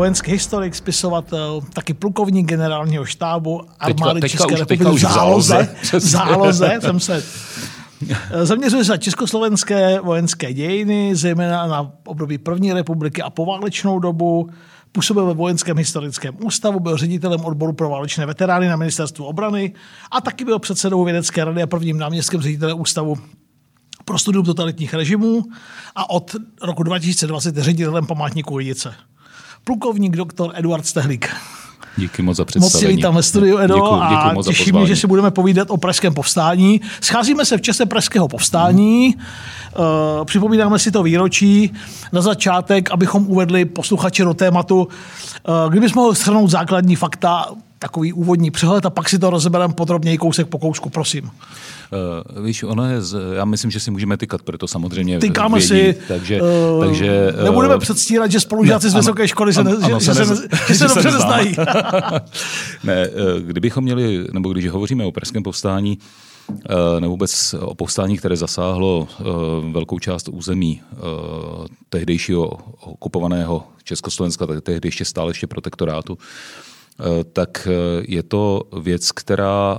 vojenský historik, spisovatel, taky plukovník generálního štábu armády České republiky v záloze jsem se... Zaměřuje se na československé vojenské dějiny, zejména na období první republiky a poválečnou dobu. Působil ve Vojenském historickém ústavu, byl ředitelem odboru pro válečné veterány na Ministerstvu obrany a taky byl předsedou vědecké rady a prvním náměstkem ředitele ústavu pro studium totalitních režimů a od roku 2020 ředitelem památníku Lidice. Plukovník doktor Eduard Stehlík. Díky moc za představení. Moc si vítám ve studiu, Edo, a těší mě, že si budeme povídat o Pražském povstání. Scházíme se v čase Pražského povstání, připomínáme si to výročí. Na začátek, abychom uvedli posluchače do tématu, kdybys mohl shrnout základní fakta, takový úvodní přehled a pak si to rozebereme podrobněji kousek po kousku, prosím. Víš, ono je, já myslím, že si můžeme tykat, protože samozřejmě tykáme vědí, si, takže nebudeme předstírat, že spolužáci z vysoké školy se dobře neznají. Ne, kdybychom měli, nebo když hovoříme o Pražském povstání, nebo vůbec o povstání, které zasáhlo velkou část území tehdejšího okupovaného Československa, tehdy ještě stále ještě protektorátu, tak je to věc, která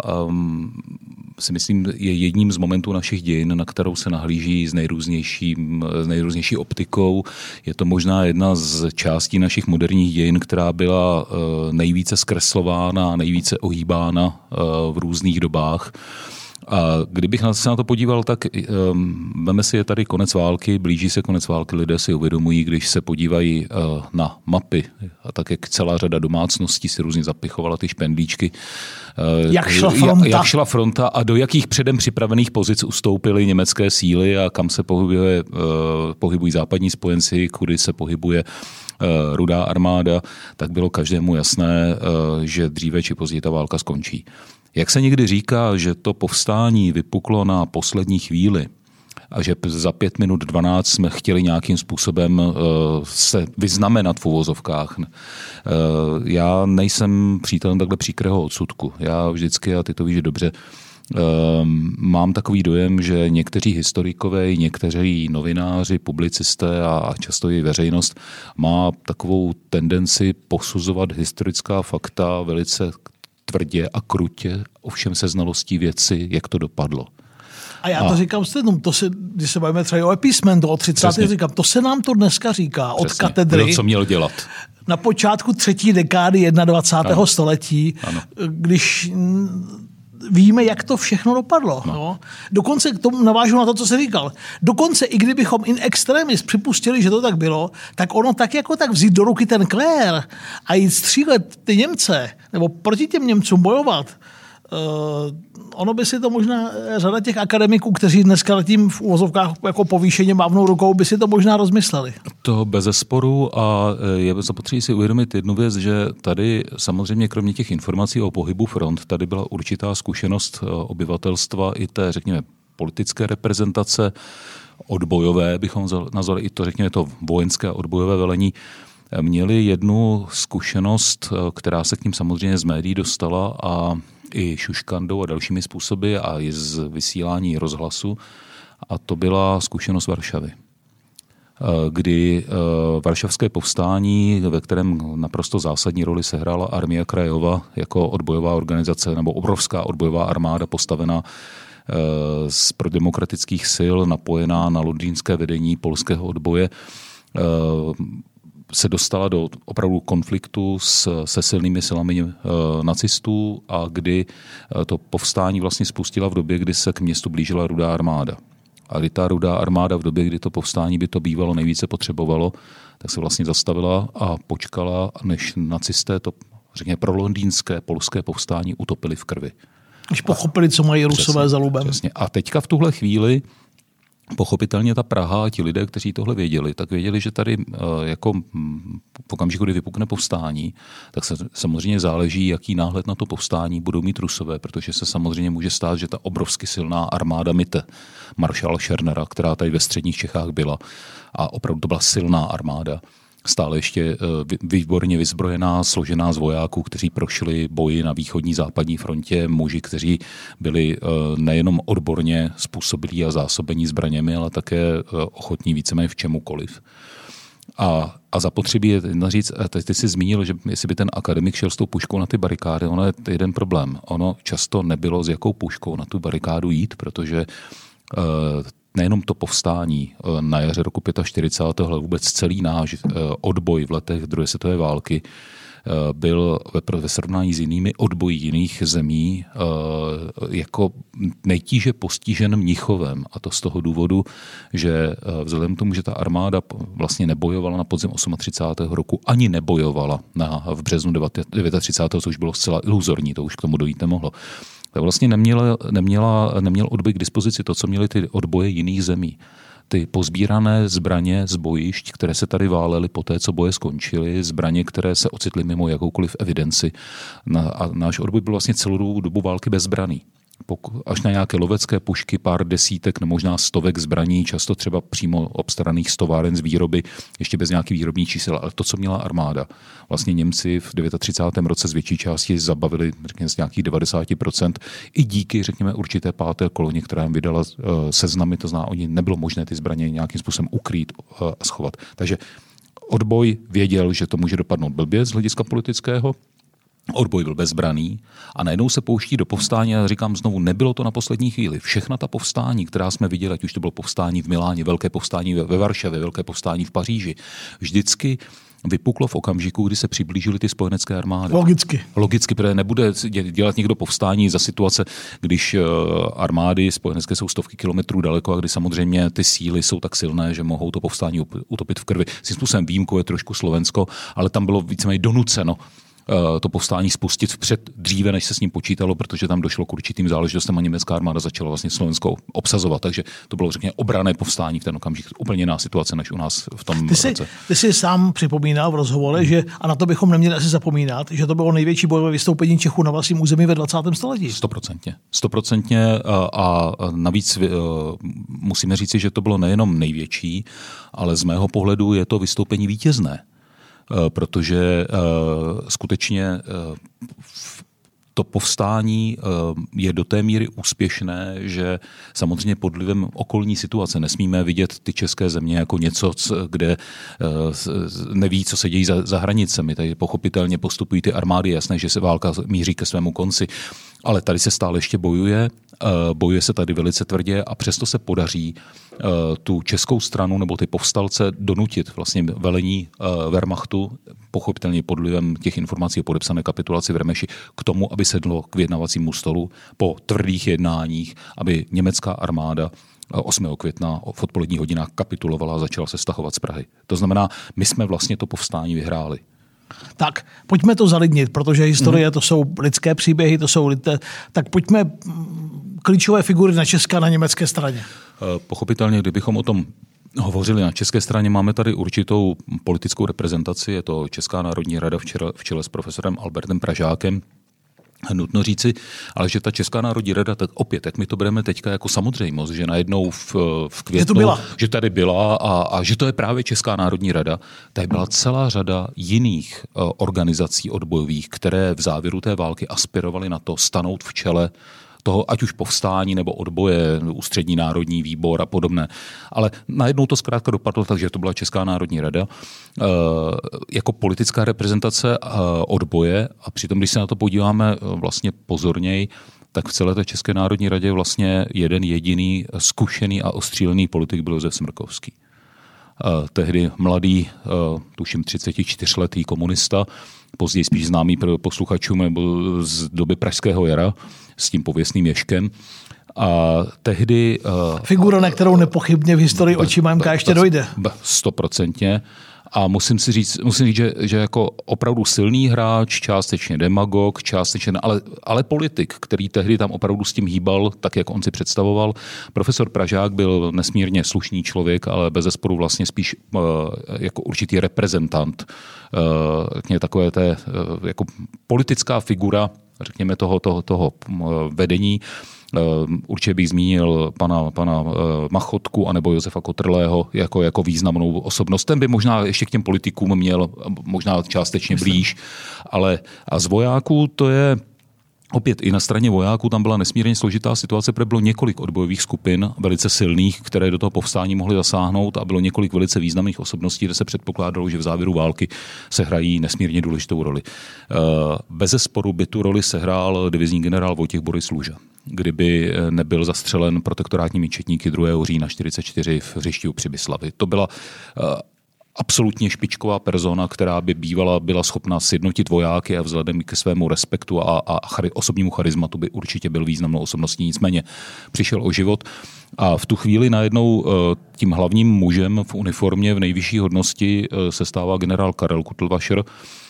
si myslím je jedním z momentů našich dějin, na kterou se nahlíží s nejrůznější optikou. Je to možná jedna z částí našich moderních dějin, která byla nejvíce zkreslována, nejvíce ohýbána v různých dobách. A kdybych se na to podíval, tak veme si, je tady konec války, blíží se konec války, lidé si uvědomují, když se podívají na mapy, a tak jak celá řada domácností si různě zapichovala ty špendlíčky, jak šla fronta a do jakých předem připravených pozic ustoupily německé síly a kam se pohybují západní spojenci, kudy se pohybuje Rudá armáda, tak bylo každému jasné, že dříve či později ta válka skončí. Jak se někdy říká, že to povstání vypuklo na poslední chvíli a že za 5 minut 12 jsme chtěli nějakým způsobem se vyznamenat v uvozovkách. Já nejsem přítelem takhle příkrého odsudku. Já vždycky, a ty to víš dobře, mám takový dojem, že někteří historikové, někteří novináři, publicisté a často i veřejnost má takovou tendenci posuzovat historická fakta velice tvrdě a krutě, ovšem se znalostí věci, jak to dopadlo. A já to říkám když se bavíme třeba o epísmentu, o 30. říkám, to se nám to dneska říká od katedry. Kdo co měl dělat. Na počátku 3. dekády 21. století, když víme, jak to všechno dopadlo. No. Dokonce k tomu navážu na to, co jsi říkal. Dokonce i kdybychom in extremis připustili, že to tak bylo, tak ono tak jako tak vzít do ruky ten klér a jít střílet ty Němce, nebo proti těm Němcům bojovat, ono by si to možná řada těch akademiků, kteří dneska tím v uvozovkách jako povýšeně mávnou rukou, by si to možná rozmysleli. To bezesporu a je zapotřebí si uvědomit jednu věc, že tady samozřejmě kromě těch informací o pohybu front, tady byla určitá zkušenost obyvatelstva i té, řekněme, politické reprezentace, odbojové, bychom nazvali i to, řekněme, to vojenské odbojové velení, měli jednu zkušenost, která se k ním samozřejmě z médií dostala a i šuškandou a dalšími způsoby a i z vysílání rozhlasu. A to byla zkušenost Varšavy, kdy varšavské povstání, ve kterém naprosto zásadní roli sehrála Armia Krajova jako odbojová organizace nebo obrovská odbojová armáda postavená z prodemokratických sil, napojená na londýnské vedení polského odboje, se dostala do opravdu konfliktu se silnými silami nacistů a kdy to povstání vlastně spustila v době, kdy se k městu blížila Rudá armáda. A kdy ta Rudá armáda v době, kdy to povstání by to bývalo nejvíce potřebovalo, tak se vlastně zastavila a počkala, než nacisté to, řekněme, pro londýnské polské povstání utopili v krvi. Když pochopili, co mají Rusové za lubem. Přesně. A teďka v tuhle chvíli pochopitelně ta Praha a ti lidé, kteří tohle věděli, tak věděli, že tady jako v okamžiku, kdy vypukne povstání, tak se samozřejmě záleží, jaký náhled na to povstání budou mít Rusové, protože se samozřejmě může stát, že ta obrovsky silná armáda Mitte, maršála Schernera, která tady ve středních Čechách byla, a opravdu to byla silná armáda, stále ještě výborně vyzbrojená, složená z vojáků, kteří prošli boji na východní západní frontě, muži, kteří byli nejenom odborně způsobilí a zásobení zbraněmi, ale také ochotní víceméně v čemukoliv. A zapotřebí je říct, ty jsi zmínil, že jestli by ten akademik šel s tou puškou na ty barikády, ono je jeden problém. Ono často nebylo s jakou puškou na tu barikádu jít, protože nejenom to povstání na jaře roku 45., ale vůbec celý náš odboj v letech druhé světové války byl ve srovnání s jinými odboji jiných zemí jako nejtíže postižen Mnichovem. A to z toho důvodu, že vzhledem k tomu, že ta armáda vlastně nebojovala na podzim 38. roku, ani nebojovala v březnu 39. což bylo zcela iluzorní, to už k tomu dojít nemohlo. Tak vlastně neměl odboj k dispozici to, co měly ty odboje jiných zemí. Ty pozbírané zbraně z bojišť, které se tady válely po té, co boje skončily, zbraně, které se ocitly mimo jakoukoliv evidenci. A náš odboj byl vlastně celou dobu války bezbraný. Až na nějaké lovecké pušky, pár desítek nebo možná stovek zbraní, často třeba přímo obstaraných z továren z výroby, ještě bez nějakých výrobních čísel, ale to, co měla armáda. Vlastně Němci v 39. roce z větší části zabavili, řekněme, z nějakých 90%, i díky, řekněme, určité páté koloně, která jim vydala seznamy, to znamená, oni nebylo možné ty zbraně nějakým způsobem ukrýt a schovat. Takže odboj věděl, že to může dopadnout blbě z hlediska politického. Odboj byl bezbraný a najednou se pouští do povstání a říkám znovu, nebylo to na poslední chvíli. Všechna ta povstání, která jsme viděli, ať už to bylo povstání v Miláně, velké povstání ve Varšavě, velké povstání v Paříži, vždycky vypuklo v okamžiku, kdy se přiblížily ty spojenecké armády. Logicky, protože nebude dělat někdo povstání za situace, když armády spojenecké jsou stovky kilometrů daleko a kdy samozřejmě ty síly jsou tak silné, že mohou to povstání utopit v krvi. S tím způsobem výjimkou je trošku Slovensko, ale tam bylo víceméně donuceno to povstání spustit vpřed dříve, než se s ním počítalo, protože tam došlo k určitým záležitostem a německá armáda začala vlastně Slovensko obsazovat. Takže to bylo, řekněme, obranné povstání v ten okamžik. Úplně jiná situace, než u nás v tom roce. Ty jsi sám připomínal v rozhovoru, že, a na to bychom neměli asi zapomínat, že to bylo největší bojové vystoupení Čechů na vlastním území ve 20. století. 100%. A navíc musíme říci, že to bylo nejenom největší, ale z mého pohledu je to vystoupení vítězné. Protože skutečně to povstání je do té míry úspěšné, že samozřejmě pod vlivem okolní situace nesmíme vidět ty české země jako něco, kde neví, co se dějí za hranicemi. Tady pochopitelně postupují ty armády, jasné, že se válka míří ke svému konci, ale tady se stále ještě bojuje se tady velice tvrdě a přesto se podaří tu českou stranu nebo ty povstalce donutit vlastně velení Wehrmachtu, pochopitelně pod vlivem těch informací o podepsané kapitulaci v Remeši, k tomu, aby sedlo k vyjednavacímu stolu po tvrdých jednáních, aby německá armáda 8. května v odpoledních hodinách kapitulovala a začala se stahovat z Prahy. To znamená, my jsme vlastně to povstání vyhráli. Tak, pojďme to zalidnit, protože historie to jsou lidské příběhy, tak pojďme klíčové figury na české a na německé straně. Pochopitelně, kdybychom o tom hovořili na české straně, máme tady určitou politickou reprezentaci, je to Česká národní rada v čele s profesorem Albertem Pražákem. Nutno říci, ale že ta Česká národní rada, tak opět, jak my to bereme teďka jako samozřejmost, že najednou v květnu, že tady byla a že to je právě Česká národní rada, tady byla celá řada jiných organizací odbojových, které v závěru té války aspirovaly na to stanout v čele toho, ať už povstání nebo odboje, ústřední národní výbor a podobné. Ale najednou to zkrátka dopadlo tak, že to byla Česká národní rada jako politická reprezentace odboje a přitom, když se na to podíváme vlastně pozorněji, tak v celé té České národní radě vlastně jeden jediný zkušený a ostřílený politik byl Josef Smrkovský. Tehdy mladý, tuším 34letý komunista, později spíš známý pro posluchačům nebo z doby Pražského jara s tím pověstným Ježkem. A tehdy... Figura, na kterou nepochybně v historii očima MK ještě dojde. 100%. A musím říct, že jako opravdu silný hráč, částečně demagog, částečně, ale politik, který tehdy tam opravdu s tím hýbal, tak jak on si představoval. Profesor Pražák byl nesmírně slušný člověk, ale bezesporu vlastně spíš jako určitý reprezentant, takové té jako politická figura, řekněme toho vedení. Určitě bych zmínil pana Machotku anebo Josefa Kotrlého jako významnou osobnost. Ten by možná ještě k těm politikům měl možná částečně blíž, ale a z vojáků to je Opět i na straně vojáků tam byla nesmírně složitá situace, protože bylo několik odbojových skupin, velice silných, které do toho povstání mohly zasáhnout a bylo několik velice významných osobností, kde se předpokládalo, že v závěru války sehrají nesmírně důležitou roli. Bezesporu by tu roli sehrál divizní generál Vojtěch Boris Luža. Kdyby nebyl zastřelen protektorátními četníky 2. října 1944 v Hřišti u Přibyslavy. To byla absolutně špičková persona, která by byla schopna sjednotit vojáky a vzhledem ke svému respektu a osobnímu charizmatu by určitě byl významnou osobností. Nicméně přišel o život a v tu chvíli najednou tím hlavním mužem v uniformě v nejvyšší hodnosti se stává generál Karel Kutlvašer,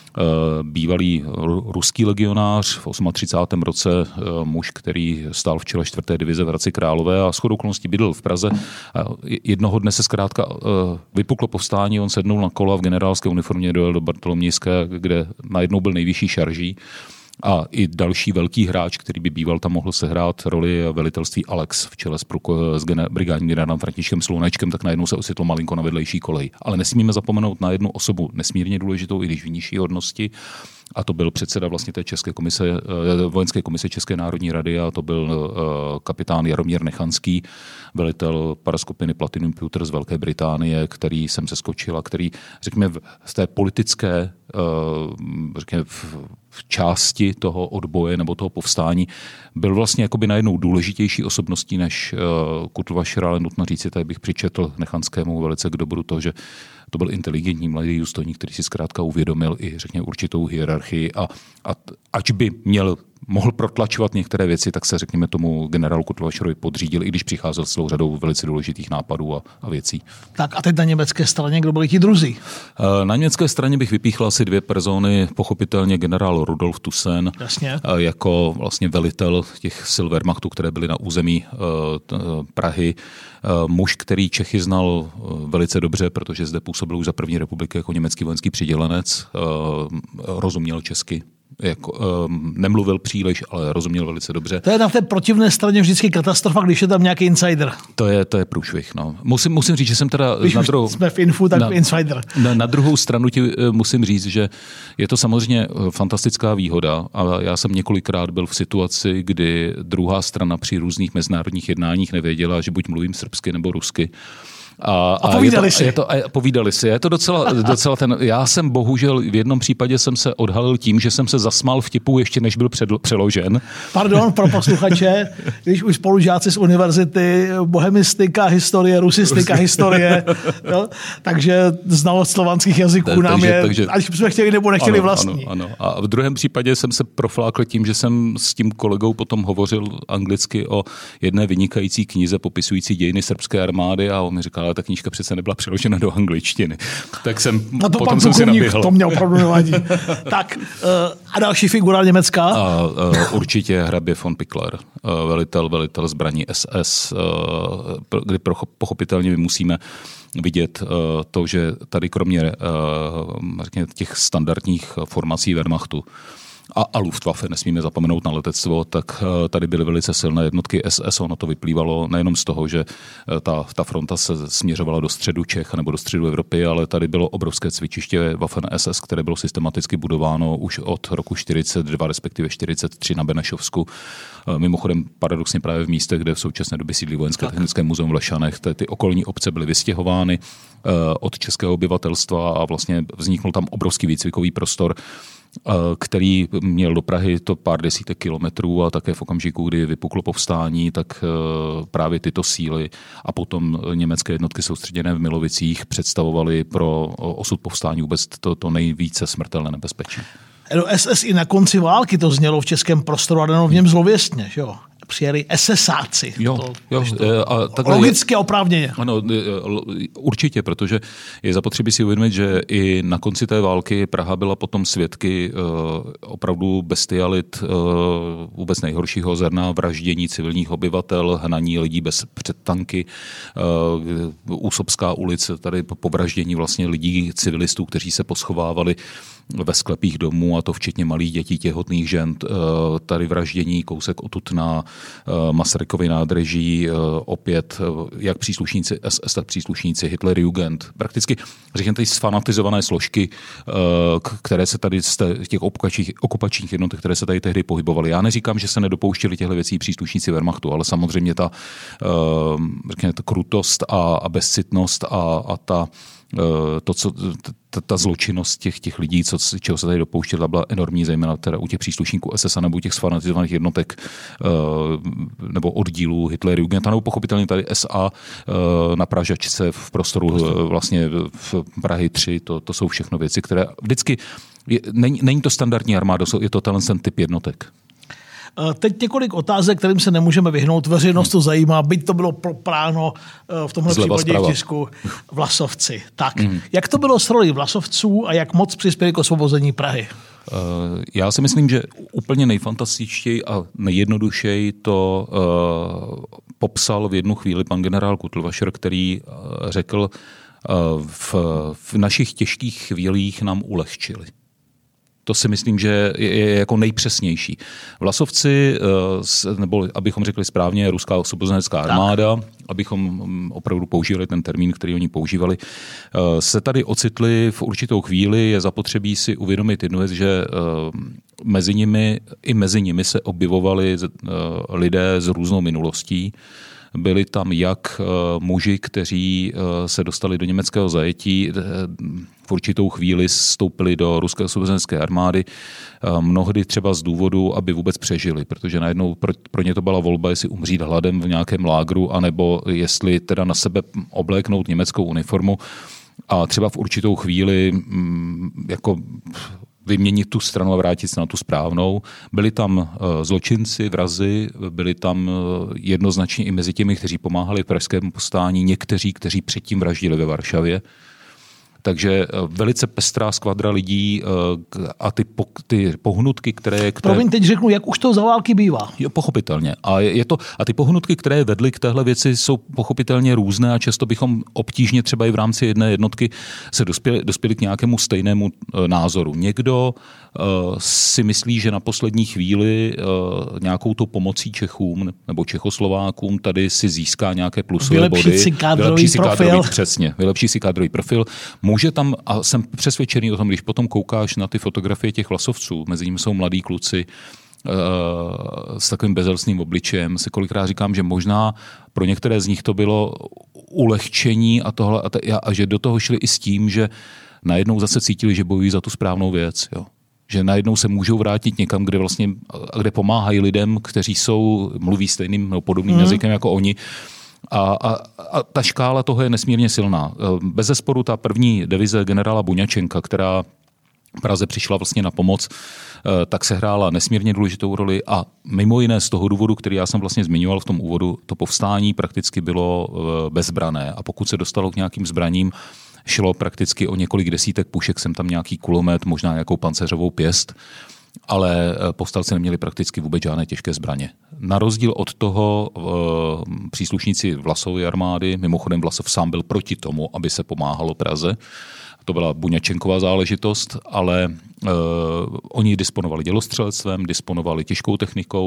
bývalý ruský legionář v 38. roce, muž, který stál v čele 4. divize v Hradci Králové a shodou okolností bydlel v Praze. Jednoho dne se zkrátka vypuklo povstání, on sednul na kola v generálské uniformě, dojel do Bartolomějské, kde najednou byl nejvyšší šarží. A i další velký hráč, který by býval tam mohl sehrát roli velitelství Alex v čele s brigádním generálem Františkem Slounečkem, tak najednou se ocitlo malinko na vedlejší koleji. Ale nesmíme zapomenout na jednu osobu nesmírně důležitou, i když v nižší hodnosti, a to byl předseda vlastně té České komise, vojenské komise České národní rady a to byl kapitán Jaromír Nechanský, velitel paraskupiny Platinum Pewter z Velké Británie, který sem se skočil a který, řekněme, z té politické, řekněme, v části toho odboje nebo toho povstání byl vlastně jakoby najednou důležitější osobností než Kutlvašer, ale nutno říct, tady bych přičetl Nechanskému velice k dobru to, že to byl inteligentní mladý důstojník, který si zkrátka uvědomil i, řekněme, určitou hierarchii a ač by mohl protlačovat některé věci, tak se, řekněme, tomu generálu Kutlvašerovi podřídil, i když přicházel s celou řadou velice důležitých nápadů a věcí. Tak a teď na německé straně, kdo byli ti druzí? Na německé straně bych vypíchl asi 2 persony, pochopitelně generál Rudolf Tussen, jasně, jako vlastně velitel těch sil Wehrmachtu, které byly na území Prahy. Muž, který Čechy znal velice dobře, protože zde působil už za první republiky jako německý vojenský přidělenec, rozuměl česky. Nemluvil příliš, ale rozuměl velice dobře. To je na té protivné straně vždycky katastrofa, když je tam nějaký insider. To je průšvih. No. Musím říct, že jsem teda... Když jsme v infu, tak insider. Na druhou stranu ti musím říct, že je to samozřejmě fantastická výhoda a já jsem několikrát byl v situaci, kdy druhá strana při různých mezinárodních jednáních nevěděla, že buď mluvím srbsky nebo rusky. A povídali si. Povídali si. Je to docela já jsem bohužel v jednom případě jsem se odhalil tím, že jsem se zasmál vtipu ještě než byl přeložen. Pardon pro posluchače, když už spolužáci z univerzity, bohemistika, historie, rusistika, historie, jo? Takže znalost slovanských jazyků nám je, ať jsme chtěli nebo nechtěli vlastní. Ano. A v druhém případě jsem se proflákl tím, že jsem s tím kolegou potom hovořil anglicky o jedné vynikající knize popisující dějiny srbské armády a on mi říkal, ale ta knížka přece nebyla přeložena do angličtiny. Tak potom jsem si naběhl. To mě opravdu nevadí. Tak a další figura německá? Určitě hrabě von Pickler, velitel zbraní SS, kdy pochopitelně my musíme vidět to, že tady kromě těch standardních formací Wehrmachtu a Luftwaffe, nesmíme zapomenout na letectvo, tak tady byly velice silné jednotky SS. Ono to vyplývalo nejenom z toho, že ta fronta se směřovala do středu Čech nebo do středu Evropy, ale tady bylo obrovské cvičiště Waffen SS, které bylo systematicky budováno už od roku 42, respektive 43 na Benešovsku. Mimochodem paradoxně právě v místech, kde v současné době sídlí Vojenské technické muzeum v Lešanech, ty okolní obce byly vystěhovány od českého obyvatelstva a vlastně vzniknul tam obrovský výcvikový prostor, který měl do Prahy to pár desítek kilometrů a také v okamžiku, kdy vypuklo povstání, tak právě tyto síly a potom německé jednotky soustředěné v Milovicích představovaly pro osud povstání vůbec to nejvíce smrtelné nebezpečí. SS i na konci války to znělo v českém prostoru a dano v něm zlověstně, že jo? Přijeli SSáci. Logicky oprávněně. Ano, určitě, protože je zapotřebí si uvědomit, že i na konci té války Praha byla potom svědky opravdu bestialit vůbec nejhoršího zrna, vraždění civilních obyvatel, hnaní lidí před tanky, Úsobská ulice, tady povraždění vlastně lidí, civilistů, kteří se poschovávali ve sklepích domů, a to včetně malých dětí, těhotných žen, tady vraždění kousek odtud na Masarykovy nádraží, opět jak příslušníci SS, tak příslušníci Hitlerjugend. Prakticky řekněme ty sfanatizované složky, které se tady z těch okupačních jednotek, které se tady tehdy pohybovaly. Já neříkám, že se nedopouštěli těchto věcí příslušníci Wehrmachtu, ale samozřejmě ta krutost a bezcitnost a ta zločinnost těch lidí, čeho se tady dopouštěla, byla enormní, zejména teda u těch příslušníků SS nebo u těch sfanatizovaných jednotek nebo oddílů Hitlerjugend, nebo pochopitelně tady SA na Pražačce v prostoru vlastně v Prahy 3, to jsou všechno věci, které vždycky, není to standardní armáda, je to ten typ jednotek. Teď několik otázek, kterým se nemůžeme vyhnout. Veřejnost to zajímá, byť to bylo propráno v tomhle případě v tisku Vlasovci. Tak, jak to bylo s rolí Vlasovců a jak moc přispěli k osvobození Prahy? Já si myslím, že úplně nejfantastičtěji a nejjednodušeji to popsal v jednu chvíli pan generál Kutlvašer, který řekl, v našich těžkých chvílích nám ulehčili. To si myslím, že je jako nejpřesnější. Vlasovci, nebo abychom řekli správně, ruská osvobozenecká armáda, abychom opravdu používali ten termín, který oni používali, se tady ocitli v určitou chvíli. Je zapotřebí si uvědomit jednu věc, že mezi nimi se objevovali lidé s různou minulostí. Byli tam jak muži, kteří se dostali do německého zajetí, v určitou chvíli vstoupili do ruské osvobozenecké armády, mnohdy třeba z důvodu, aby vůbec přežili, protože najednou pro ně to byla volba, jestli umřít hladem v nějakém lágru, anebo jestli teda na sebe obléknout německou uniformu a třeba v určitou chvíli jako vyměnit tu stranu a vrátit se na tu správnou. Byli tam zločinci, vrazi, byli tam jednoznačně i mezi těmi, kteří pomáhali v pražském povstání, někteří, kteří předtím vraždili ve Varšavě. Takže velice pestrá skvadra lidí a ty pohnutky, které... Promiň, teď řeknu, jak už to za války bývá. Jo, pochopitelně. A ty pohnutky, které vedly k téhle věci, jsou pochopitelně různé a často bychom obtížně třeba i v rámci jedné jednotky se dospěli k nějakému stejnému názoru. Někdo si myslí, že na poslední chvíli nějakou tou pomocí Čechům nebo Čechoslovákům tady si získá nějaké plusové body. Vylepší si kádrový profil. Přesně, vylepší si kádrový profil. Může tam, a jsem přesvědčený o tom, když potom koukáš na ty fotografie těch Vlasovců, mezi nimi jsou mladí kluci s takovým bezelstným obličejem, si kolikrát říkám, že možná pro některé z nich to bylo ulehčení a tohle, a že do toho šli i s tím, že najednou zase cítili, že bojují za tu správnou věc. Jo. Že najednou se můžou vrátit někam, kde pomáhají lidem, kteří mluví stejným nebo podobným jazykem jako oni. A ta škála toho je nesmírně silná. Bezesporu ta první divize generála Buňačenka, která Praze přišla vlastně na pomoc, tak se hrála nesmírně důležitou roli a mimo jiné z toho důvodu, který já jsem vlastně zmiňoval v tom úvodu, to povstání prakticky bylo bezbrané a pokud se dostalo k nějakým zbraním, šlo prakticky o několik desítek pušek, jsem tam nějaký kulomet, možná nějakou pancéřovou pěst, ale povstalci neměli prakticky vůbec žádné těžké zbraně. Na rozdíl od toho příslušníci Vlasovy armády, mimochodem Vlasov sám byl proti tomu, aby se pomáhalo Praze, to byla Buňačenková záležitost, ale oni disponovali dělostřelectvem, disponovali těžkou technikou,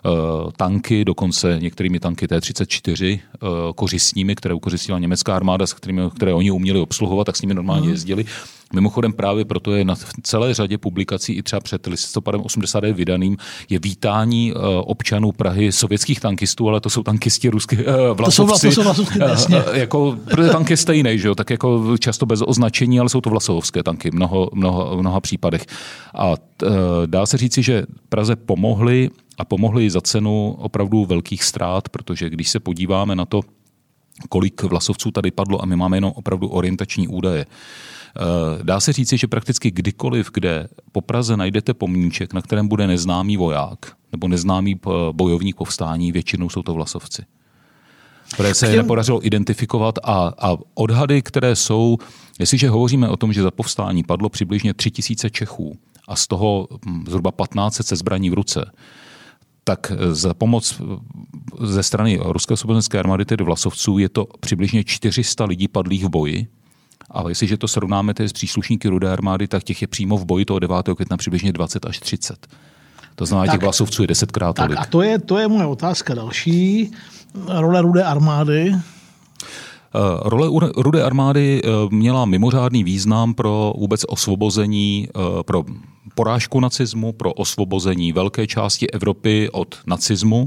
tanky, dokonce některými tanky T-34 kořistními, které ukořistila německá armáda, které oni uměli obsluhovat, tak s nimi normálně jezdili. Mimochodem právě proto je na celé řadě publikací i třeba před listopadem 89 vydaným je vítání občanů Prahy sovětských tankistů, ale to jsou tankisti ruské Vlasovci. To jsou Vlasovci, jako, protože tank je stejný, že jo, tak jako často bez označení, ale jsou to vlasovské tanky v mnoha případech. A dá se říci, že Praze pomohli za cenu opravdu velkých ztrát, protože když se podíváme na to, kolik Vlasovců tady padlo a my máme jenom opravdu orientační údaje, dá se říci, že prakticky kdykoliv, kde po Praze najdete pomníček, na kterém bude neznámý voják nebo neznámý bojovník povstání, většinou jsou to Vlasovci. Které se nepodařilo identifikovat a odhady, které jsou, jestliže hovoříme o tom, že za povstání padlo přibližně 3000 Čechů a z toho zhruba 1500 se zbraní v ruce, tak za pomoc ze strany ruské osvobozenecké armády, tedy Vlasovců, je to přibližně 400 lidí padlých v boji. A jestliže to srovnáme s příslušníky Rudé armády, tak těch je přímo v boji toho 9. května přibližně 20 až 30. To znamená, těch vlasovců je 10krát tolik. A to je moje otázka další. Role Rudé armády. Role Rudé armády měla mimořádný význam pro vůbec osvobození, pro porážku nacismu, pro osvobození velké části Evropy od nacismu.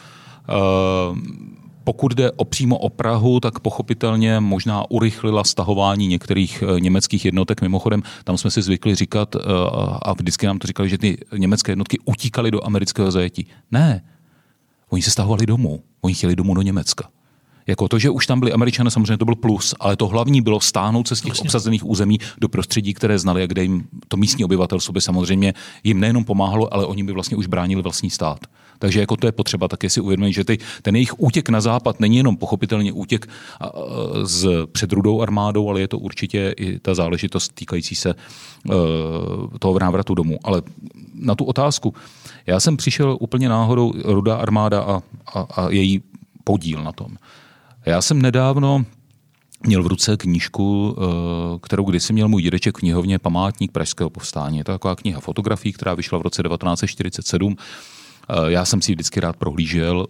Pokud jde přímo o Prahu, tak pochopitelně možná urychlila stahování některých německých jednotek. Mimochodem, tam jsme si zvykli říkat, a vždycky nám to říkali, že ty německé jednotky utíkaly do amerického zajetí. Ne, oni se stahovali domů. Oni chtěli domů do Německa. Jako to, že už tam byli Američané, samozřejmě to byl plus, ale to hlavní bylo stáhnout se z těch obsazených území do prostředí, které znali a kde jim to místní obyvatelstvo by samozřejmě jim nejenom pomáhalo, ale oni by vlastně už bránili vlastní stát. Takže jako to je potřeba také si uvědomit, že ten jejich útěk na západ není jenom pochopitelně útěk před Rudou armádou, ale je to určitě i ta záležitost týkající se toho návratu domů. Ale na tu otázku, já jsem přišel úplně náhodou Rudá armáda a její podíl na tom. Já jsem nedávno měl v ruce knížku, kterou kdysi měl můj dědeček v knihovně, Památník pražského povstání. Je to taková kniha fotografií, která vyšla v roce 1947. Já jsem si ji vždycky rád prohlížel,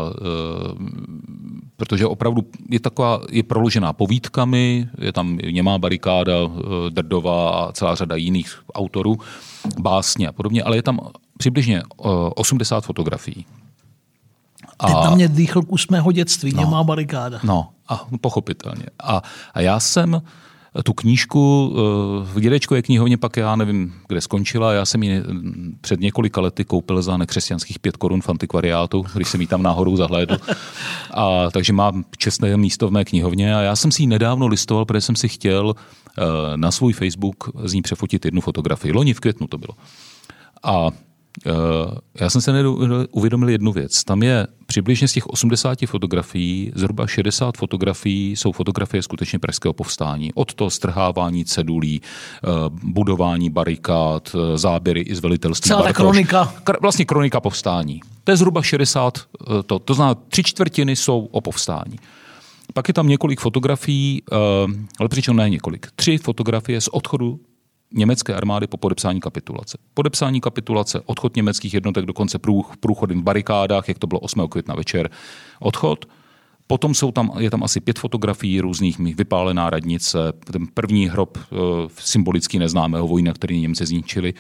protože opravdu je proložená povídkami, je tam Němá barikáda, Drdová a celá řada jiných autorů, básně a podobně, ale je tam přibližně 80 fotografií. Teď na mě dýchl kus mého dětství, Němá barikáda. No, a pochopitelně. A já jsem tu knížku v dědečkové knihovně, pak já nevím, kde skončila, já jsem ji před několika lety koupil za nekřesťanských 5 korun v antikvariátu, když jsem ji tam náhodou zahlédl. Takže mám čestné místo v mé knihovně a já jsem si ji nedávno listoval, protože jsem si chtěl na svůj Facebook z ní přefotit jednu fotografii. Loni v květnu to bylo. A já jsem se uvědomil jednu věc. Tam je přibližně z těch 80 fotografií, zhruba 60 fotografií jsou fotografie skutečně pražského povstání. Od toho strhávání cedulí, budování barikád, záběry i z velitelství. Celá ta kronika. Vlastně kronika povstání. To je zhruba 60, to znamená 3/4 jsou o povstání. Pak je tam několik fotografií, ale přičem ne několik. 3 fotografie z odchodu německé armády po podepsání kapitulace. Podepsání kapitulace, odchod německých jednotek, dokonce průchody v barikádách, jak to bylo 8. května večer, odchod. Potom je tam asi 5 fotografií různých, vypálená radnice, ten první hrob symbolický neznámého vojína, který Němci zničili.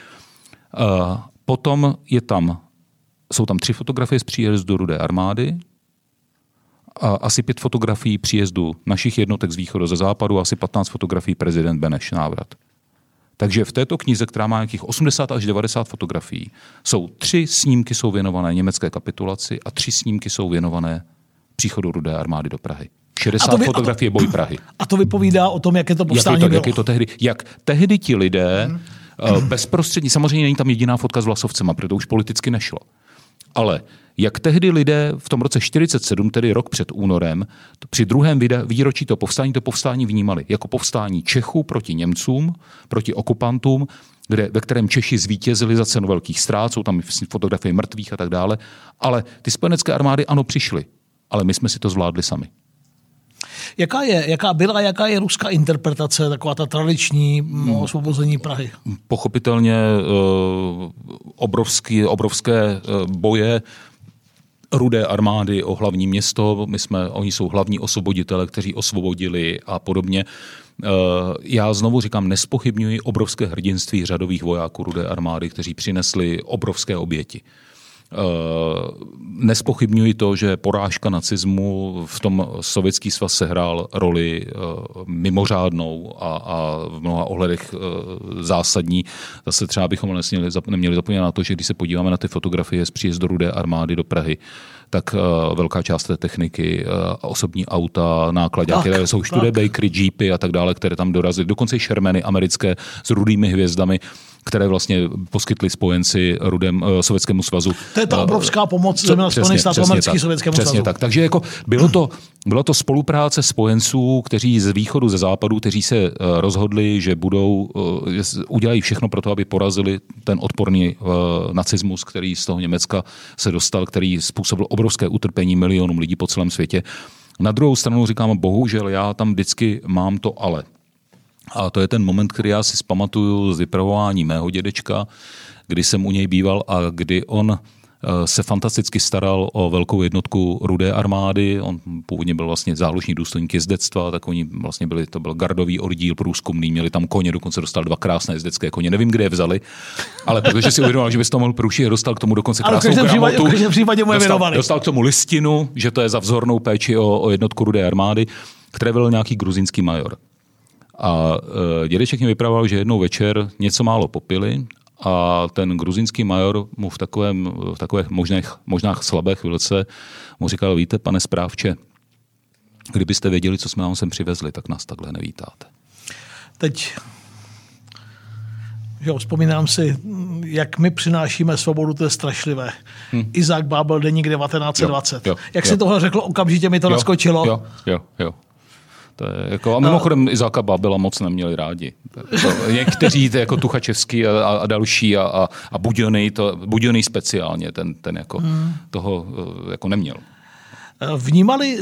Potom jsou tam 3 fotografie z příjezdu Rudé armády, a asi 5 fotografií příjezdu našich jednotek z východu ze západu, asi 15 fotografií prezident Beneš návrat. Takže v této knize, která má nějakých 80 až 90 fotografií, 3 snímky jsou věnované německé kapitulaci a 3 snímky jsou věnované příchodu Rudé armády do Prahy. 60 fotografií je boj Prahy. A to vypovídá o tom, jak je to povstání bylo. Jak tehdy ti lidé bezprostředně, samozřejmě není tam jediná fotka s vlasovcema, protože to už politicky nešlo. Ale jak tehdy lidé v tom roce 1947, tedy rok před únorem, při druhém výročí to povstání vnímali jako povstání Čechů proti Němcům, proti okupantům, ve kterém Češi zvítězili za cenu velkých ztrát, jsou tam fotografie mrtvých a tak dále, ale ty spojenecké armády ano přišly, ale my jsme si to zvládli sami. Jaká je ruská interpretace, taková ta tradiční osvobození Prahy? Pochopitelně obrovské boje Rudé armády o hlavní město, oni jsou hlavní osvoboditelé, kteří osvobodili a podobně. Já znovu říkám, nespochybňuji obrovské hrdinství řadových vojáků Rudé armády, kteří přinesli obrovské oběti. Nespochybňuji to, že porážka nacismu v tom Sovětský svaz sehrál roli mimořádnou a v mnoha ohledech zásadní. Zase třeba bychom neměli zapomínat na to, že když se podíváme na ty fotografie z příjezdu Rudé armády do Prahy, tak velká část té techniky, osobní auta, náklaďáky, které jsou Studebakery, jeepy a tak dále, které tam dorazily, dokonce i Shermany americké s rudými hvězdami, které vlastně poskytli spojenci Sovětskému svazu. To je ta obrovská pomoc Spojených států amerických Sovětskému svazu. Přesně tak. Takže jako byla to spolupráce spojenců, kteří z východu, ze západu, kteří se rozhodli, že udělají všechno pro to, aby porazili ten odporný nacismus, který z toho Německa se dostal, který způsobil obrovské utrpení milionům lidí po celém světě. Na druhou stranu říkám, bohužel já tam vždycky mám to ale. A to je ten moment, který já si zpamatuju z vypravování mého dědečka, kdy jsem u něj býval a kdy on se fantasticky staral o velkou jednotku Rudé armády. On původně byl vlastně záložní důstojník jezdectva, tak oni vlastně to byl gardový oddíl průzkumný, měli tam koně, dokonce dostal 2 krásné jezdecké koně. Nevím, kde je vzali, ale protože si uvědomil, že by z toho mohl průšit, dostal k tomu dokonce krásnou gramotu. Ale v případě mu je věnovali. Dostal k tomu listinu, že to je za vzornou péči o jednotku Rudé armády, které byl nějaký gruzínský major. A dědeček mi vyprávěl, že jednou večer něco málo popili a ten gruzínský major mu v takové možná slabé chvilce mu říkal, víte, pane správče, kdybyste věděli, co jsme vám sem přivezli, tak nás takhle nevítáte. Teď vzpomínám si, jak my přinášíme svobodu, to je strašlivé. Izák Bábel, deník 1920. Jak si tohle řekl, okamžitě mi to naskočilo. Jo. To je jako, a mimochodem Izáka Bábela moc neměli rádi. Někteří, jako Tuchačevský a další a Budějony speciálně, ten jako toho jako neměl. Vnímali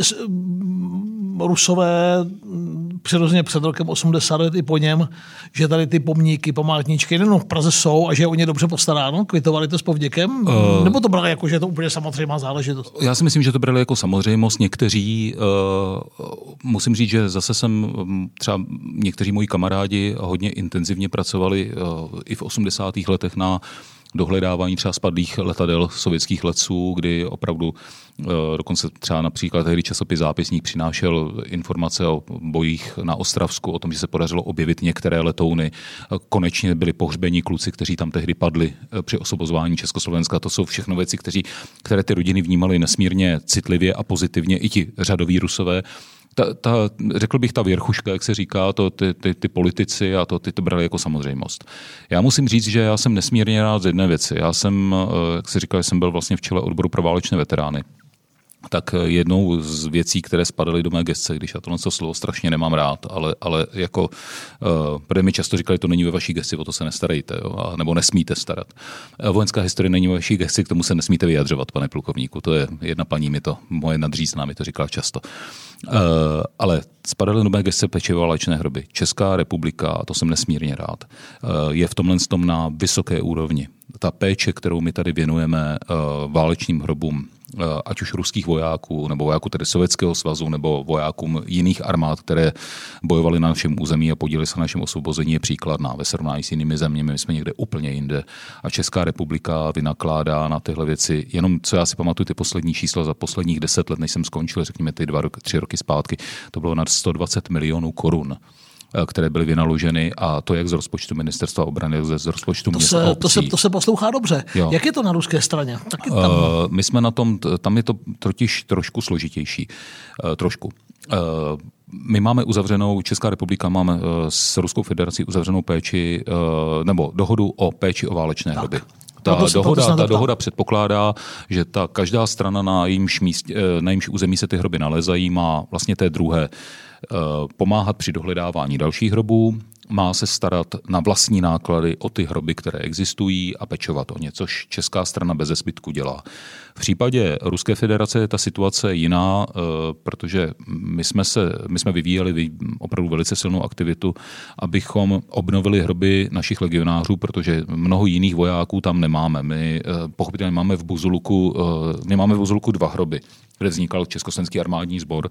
Rusové přirozeně před rokem 89 i po něm, že tady ty pomníky, památničky nejenom v Praze jsou a že je o ně dobře postaráno? Kvitovali to s povděkem? Nebo to brali jako, že je to úplně samozřejmá záležitost? Já si myslím, že to brali jako samozřejmost. Někteří, musím říct, že zase jsem třeba někteří moji kamarádi hodně intenzivně pracovali i v 80. letech na dohledávání třeba spadlých letadel sovětských letců, kdy opravdu dokonce třeba například tehdy časopis Zápisník přinášel informace o bojích na Ostravsku, o tom, že se podařilo objevit některé letouny. Konečně byli pohřbeni kluci, kteří tam tehdy padli při osvobozování Československa. To jsou všechno věci, které ty rodiny vnímaly nesmírně citlivě a pozitivně, i ti řadoví Rusové. Řekl bych, ta věrchuška, jak se říká, ty politici a ty to brali jako samozřejmost. Já musím říct, že já jsem nesmírně rád z jedné věci. Já jsem, jak se říkal, jsem byl vlastně v čele odboru pro válečné veterány. Tak jednou z věcí, které spadaly do mé gesce, když já tohle slovo strašně nemám rád, ale jako protože mi často říkali, to není ve vaší gesci, o to se nestarejte, jo, nebo nesmíte starat. Vojenská historie není ve vaší gesci, k tomu se nesmíte vyjadřovat, pane plukovníku. To je jedna paní moje nadřízná mi to říkala často. Ale spadaly do mé gesce péče válečné hroby. Česká republika, a to jsem nesmírně rád, je v tomhle na vysoké úrovni. Ta péče, kterou my tady věnujeme válečným hrobům, ať už ruských vojáků, nebo vojáků tedy Sovětského svazu, nebo vojákům jiných armád, které bojovaly na našem území a podílely se na našem osvobození, je příkladná. Ve srovnání s jinými zeměmi, my jsme někde úplně jinde. A Česká republika vynakládá na tyhle věci, jenom co já si pamatuju, ty poslední čísla za posledních 10 let, než jsem skončil, řekněme ty 3 roky zpátky, to bylo na 120 milionů korun, které byly vynaloženy, a to jak z rozpočtu ministerstva obrany, z rozpočtu měst a obcí. To se poslouchá dobře. Jo. Jak je to na ruské straně? Taky tam... My jsme na tom, tam je to totiž trošku složitější. Trošku. My máme uzavřenou, Česká republika máme s Ruskou federací uzavřenou péči, nebo dohodu o péči o válečné hroby. Ta dohoda předpokládá, že ta každá strana, na jejímž území se ty hroby nalézají, má vlastně té druhé pomáhat při dohledávání dalších hrobů, má se starat na vlastní náklady o ty hroby, které existují, a pečovat o ně, což česká strana beze zbytku dělá. V případě Ruské federace je ta situace jiná, protože my jsme vyvíjeli opravdu velice silnou aktivitu, abychom obnovili hroby našich legionářů, protože mnoho jiných vojáků tam nemáme. My pochopitelně máme v Buzuluku 2 hroby, kde vznikal Československý armádní sbor.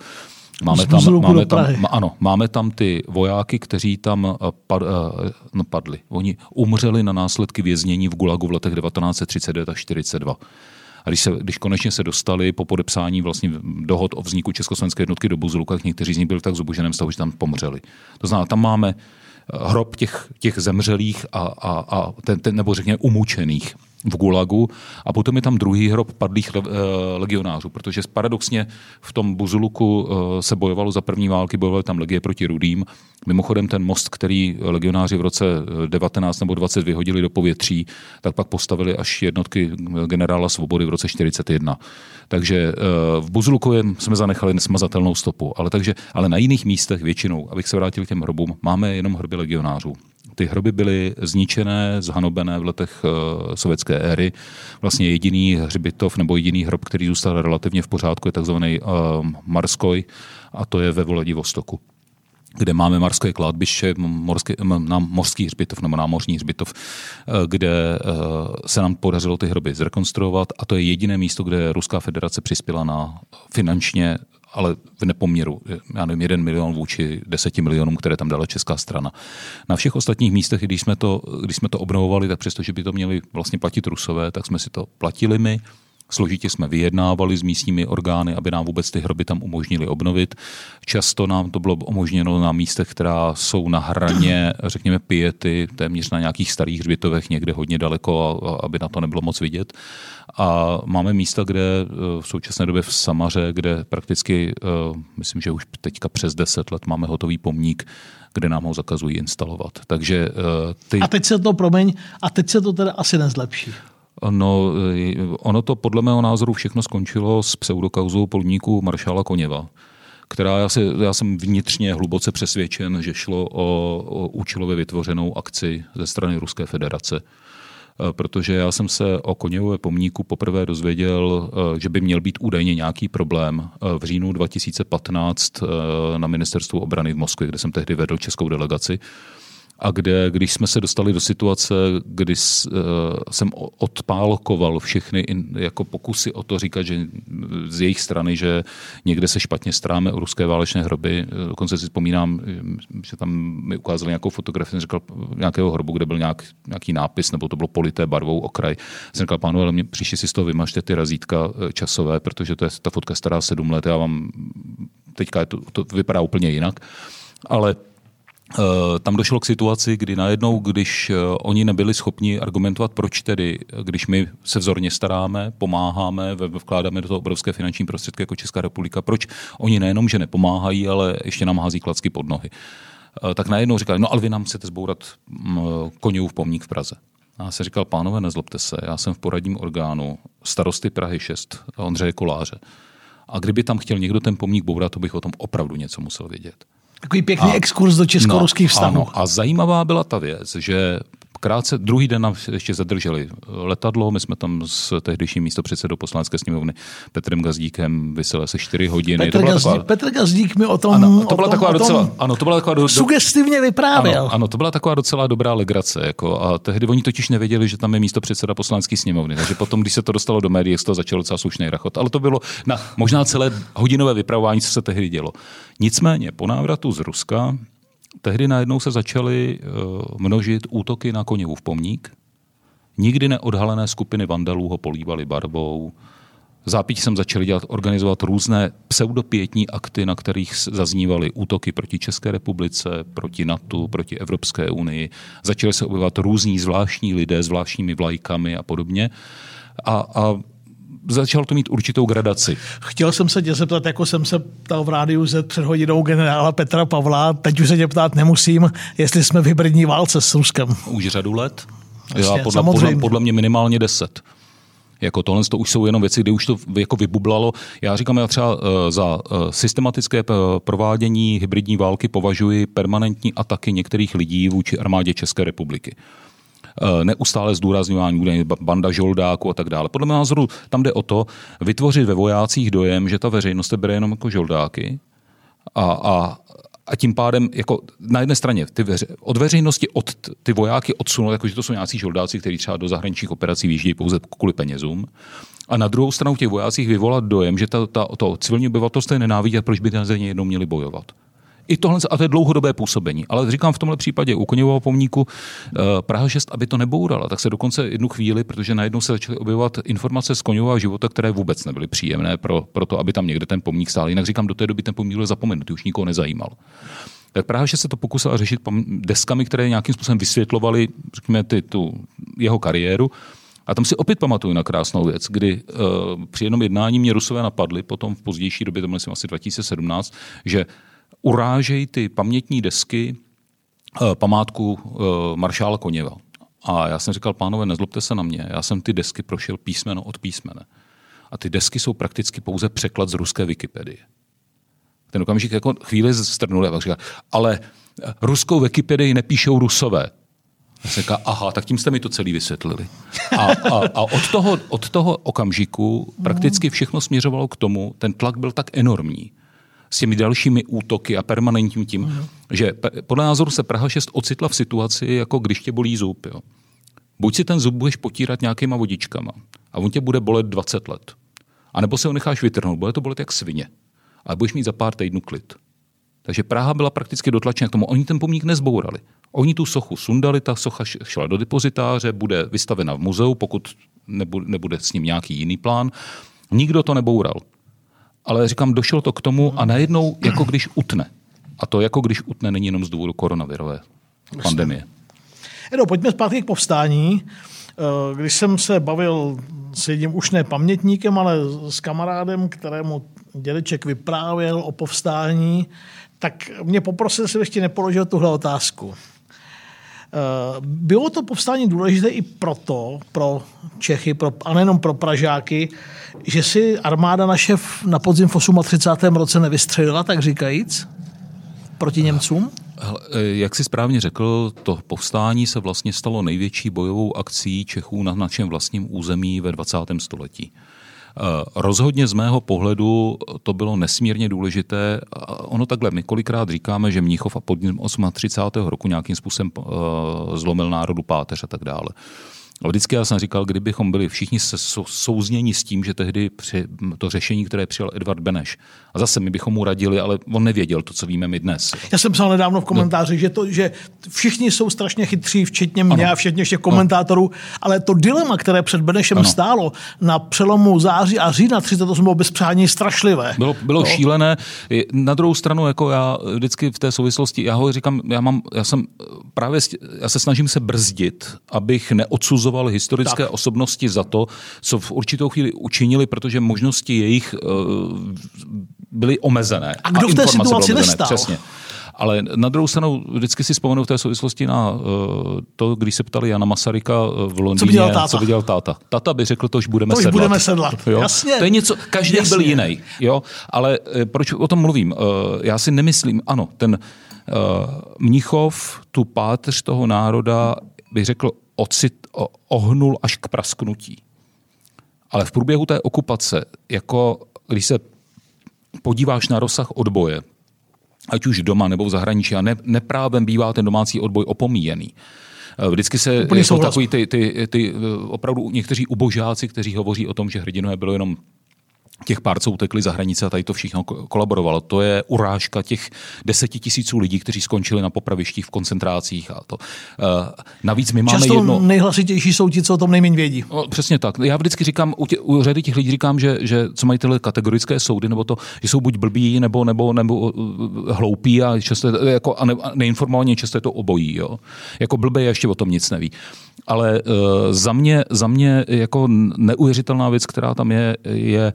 Máme tam ty vojáky, kteří tam padli. Oni umřeli na následky věznění v Gulagu v letech 1939 až 1942. A když konečně se dostali po podepsání vlastně dohod o vzniku Československé jednotky do Buzuluka, někteří z nich byli v tak zuboženém stavu, že tam pomřeli. To znamená, tam máme hrob těch zemřelých a nebo řekněme umučených v Gulagu, a potom je tam druhý hrob padlých legionářů, protože paradoxně v tom Buzuluku se bojovalo za první války, bojovali tam legie proti Rudým. Mimochodem ten most, který legionáři v roce 19 nebo 20 vyhodili do povětří, tak pak postavili až jednotky generála Svobody v roce 41. Takže v Buzuluku jsme zanechali nesmazatelnou stopu, ale na jiných místech většinou, abych se vrátil k těm hrobům, máme jenom hroby legionářů. Ty hroby byly zničené, zhanobené v letech sovětské éry. Vlastně jediný hřbitov nebo jediný hrob, který zůstal relativně v pořádku, je takzvaný Marskoj, a to je ve Vladivostoku. kde máme Marské kladbiště, mořský hřbitov nebo námořní hřbitov, kde se nám podařilo ty hroby zrekonstruovat a to je jediné místo, kde Ruská federace přispěla na finančně, ale v nepoměru, já nevím, 1 milion vůči 10 milionům, které tam dala česká strana. Na všech ostatních místech, když jsme to obnovovali, tak přestože by to měli vlastně platit Rusové, tak jsme si to platili my. Složitě jsme vyjednávali s místními orgány, aby nám vůbec ty hroby tam umožnili obnovit. Často nám to bylo umožněno na místech, která jsou na hraně, řekněme, piety, téměř na nějakých starých hřbitovech, někde hodně daleko, aby na to nebylo moc vidět. A máme místa, kde v současné době v Samaře, kde prakticky, myslím, že už teďka přes 10 let máme hotový pomník, kde nám ho zakazují instalovat. Takže A teď se to teda asi nezlepší. No, ono to podle mého názoru všechno skončilo s pseudokauzou pomníku maršála Koněva, která já jsem vnitřně hluboce přesvědčen, že šlo o účelově vytvořenou akci ze strany Ruské federace. Protože já jsem se o Koněvově pomníku poprvé dozvěděl, že by měl být údajně nějaký problém v říjnu 2015 na ministerstvu obrany v Moskvě, kde jsem tehdy vedl českou delegaci. A když jsme se dostali do situace, kdy jsem odpálkoval všechny jako pokusy o to říkat, že z jejich strany, že někde se špatně staráme o ruské válečné hroby. Dokonce si vzpomínám, že tam mi ukázali nějakou fotografii, říkal nějakého hrobu, kde byl nějaký nápis, nebo to bylo polité barvou okraj. Jsem říkal, pánové, ale příště si z toho vymažte ty razítka časové, protože to je ta fotka stará 7 let. Já vám teďka to vypadá úplně jinak. Ale tam došlo k situaci, kdy najednou, když oni nebyli schopni argumentovat, proč tedy, když my se vzorně staráme, pomáháme, vkládáme do toho obrovské finanční prostředky jako Česká republika, proč oni nejenom, že nepomáhají, ale ještě nám hází klacky pod nohy. Tak najednou říkali, no ale vy nám chcete zbourat Koněvův pomník v Praze. A já jsem říkal, pánové, nezlobte se, já jsem v poradním orgánu starosty Prahy 6, Ondřeje Koláře. A kdyby tam chtěl někdo ten pomník bourat, to bych o tom opravdu něco musel vědět. Takový pěkný exkurs do česko-ruských vztahů. Ano, a zajímavá byla ta věc, že krátce, druhý den nám ještě zadrželi letadlo, my jsme tam s tehdejším místopředsedou Poslanecké sněmovny Petrem Gazdíkem vyseli se 4 hodiny. Petr Gazdík mi o tom, to byla taková sugestivně vyprávěl. Ano, to byla taková docela dobrá legrace. Jako, a tehdy oni totiž nevěděli, že tam je místopředseda Poslanecké sněmovny. Takže potom, když se to dostalo do médií, se to začalo docela slušný rachot. Ale to bylo na možná celé hodinové vypravování, co se tehdy dělo. Nicméně, po návratu z Ruska tehdy najednou se začaly množit útoky na Koněvův pomník. Nikdy neodhalené skupiny vandalů ho polívaly barvou. Zápětí jsem začali organizovat různé pseudopietní akty, na kterých zaznívaly útoky proti České republice, proti NATO, proti Evropské unii. Začaly se objevovat různí zvláštní lidé s zvláštními vlajkami a podobně. A začalo to mít určitou gradaci. Chtěl jsem se tě zeptat, jako jsem se ptal v Rádiu Z před hodinou generála Petra Pavla, teď už se tě ptát nemusím, jestli jsme v hybridní válce s Ruskem. Už řadu let. Podle mě minimálně 10. Jako tohle to už jsou jenom věci, kdy už to jako vybublalo. Já říkám, já třeba za systematické provádění hybridní války považuji permanentní ataky některých lidí vůči armádě České republiky. Neustále zdůrazňování údajně banda žoldáků a tak dále. Podle mého názoru tam jde o to vytvořit ve vojácích dojem, že ta veřejnost se bere jenom jako žoldáky a tím pádem jako na jedné straně od veřejnosti ty vojáky odsunout, jakože to jsou nějací žoldáci, kteří třeba do zahraničních operací vyjíždějí pouze kvůli penězům. A na druhou stranu v těch vojácích vyvolat dojem, že to civilní obyvatelstvo je nenávidí a proč by za ně jednou měli bojovat. I tohle, a to je dlouhodobé působení. Ale říkám v tomhle případě u Koněvova pomníku Praha 6, aby to nebourala, tak se dokonce jednu chvíli, protože najednou se začaly objevovat informace z Koněvova života, které vůbec nebyly příjemné pro to, aby tam někde ten pomník stál. Jinak říkám, do té doby ten pomník byl zapomenutý, už nikoho nezajímal. Tak Praha 6 se to pokusila řešit deskami, které nějakým způsobem vysvětlovaly, řekněme, tu jeho kariéru. A tam si opět pamatuju na krásnou věc, kdy při jednom jednání mě Rusové napadli, potom v pozdější době, to myslím asi 2017, že urážejí ty pamětní desky památku maršála Koněva. A já jsem říkal, pánové, nezlobte se na mě, já jsem ty desky prošel písmeno od písmene. A ty desky jsou prakticky pouze překlad z ruské Wikipedie. Ten okamžik jako chvíli strnul a říkal, ale ruskou Wikipedii nepíšou Rusové. Já jsem říkal, aha, tak tím jste mi to celý vysvětlili. A od toho okamžiku prakticky všechno směřovalo k tomu, ten tlak byl tak enormní. s těmi dalšími útoky a permanentním tím, že podle názoru se Praha 6 ocitla v situaci, jako když tě bolí zub. Jo. Buď si ten zub budeš potírat nějakýma vodičkama a on tě bude bolet 20 let. A nebo se ho necháš vytrhnout, bude to bolet jak svině. A budeš mít za pár týdnů klid. Takže Praha byla prakticky dotlačena k tomu. Oni ten pomník nezbourali. Oni tu sochu sundali, ta socha šla do depozitáře, bude vystavena v muzeu, pokud nebude s ním nějaký jiný plán. Nikdo to neboural. Ale říkám, došlo to k tomu a najednou jako když utne. A to jako když utne není jenom z důvodu koronavirové pandemie. Edo, pojďme zpátky k povstání. Když jsem se bavil s jedním už ne pamětníkem, ale s kamarádem, kterému dědeček vyprávěl o povstání, tak mě poprosil, jestli ještě nepoložil tuhle otázku. Bylo to povstání důležité i proto, pro Čechy, a nejenom pro Pražáky, že si armáda naše na podzim v 38. roce nevystřelila, tak říkajíc, proti Němcům? Jak jsi správně řekl, to povstání se vlastně stalo největší bojovou akcí Čechů na našem vlastním území ve 20. století. Rozhodně z mého pohledu to bylo nesmírně důležité. Ono takhle, my kolikrát říkáme, že Mnichov a podzim 38. roku nějakým způsobem zlomil národu páteř a tak dále. A vždycky já jsem říkal, kdybychom byli všichni souzněni s tím, že tehdy to řešení, které přijal Edvard Beneš, a zase my bychom mu radili, ale on nevěděl to, co víme my dnes. Já jsem psal nedávno v komentáři, že všichni jsou strašně chytří, včetně mě a včetně všech komentátorů, ale to dilema, které před Benešem stálo na přelomu září a října 38 bylo bez přání strašlivé. Bylo šílené. Na druhou stranu, jako já vždycky v té souvislosti, já ho říkám, já se snažím se brzdit, abych neodsuzoval historické osobnosti za to, co v určitou chvíli učinili, protože možnosti jejich byly omezené. A kdo v té situaci nestál? Přesně. Ale na druhou stranu vždycky si vzpomenu v té souvislosti na to, když se ptali Jana Masaryka v Londýně, co by dělal táta. Tata by řekl, to už budeme sedlat. Budeme sedlat. Jo? Jasně. To je něco, každý byl jiný. Jo? Ale proč o tom mluvím? Já si nemyslím, ano, ten Mnichov, tu páteř toho národa, bych řekl, ohnul až k prasknutí. Ale v průběhu té okupace, jako když se podíváš na rozsah odboje, ať už doma nebo v zahraničí, a neprávem bývá ten domácí odboj opomíjený. Vždycky se jsou takový ty opravdu někteří ubožáci, kteří hovoří o tom, že hrdinové bylo jenom těch pár, co utekli za hranice a tady to všechno kolaborovalo. To je urážka těch 10 000 lidí, kteří skončili na popravištích v koncentrácích a to. Navíc my máme často nejhlasitější jsou ti, co o tom nejméně vědí. No, přesně tak. Já vždycky říkám, u řady těch lidí říkám, že co mají tyhle kategorické soudy, nebo to, že jsou buď blbí, nebo hloupí a často jako neinformovaně často je to obojí. Jo. Jako blbý ještě o tom nic neví. Ale za mě jako neuvěřitelná věc, která tam je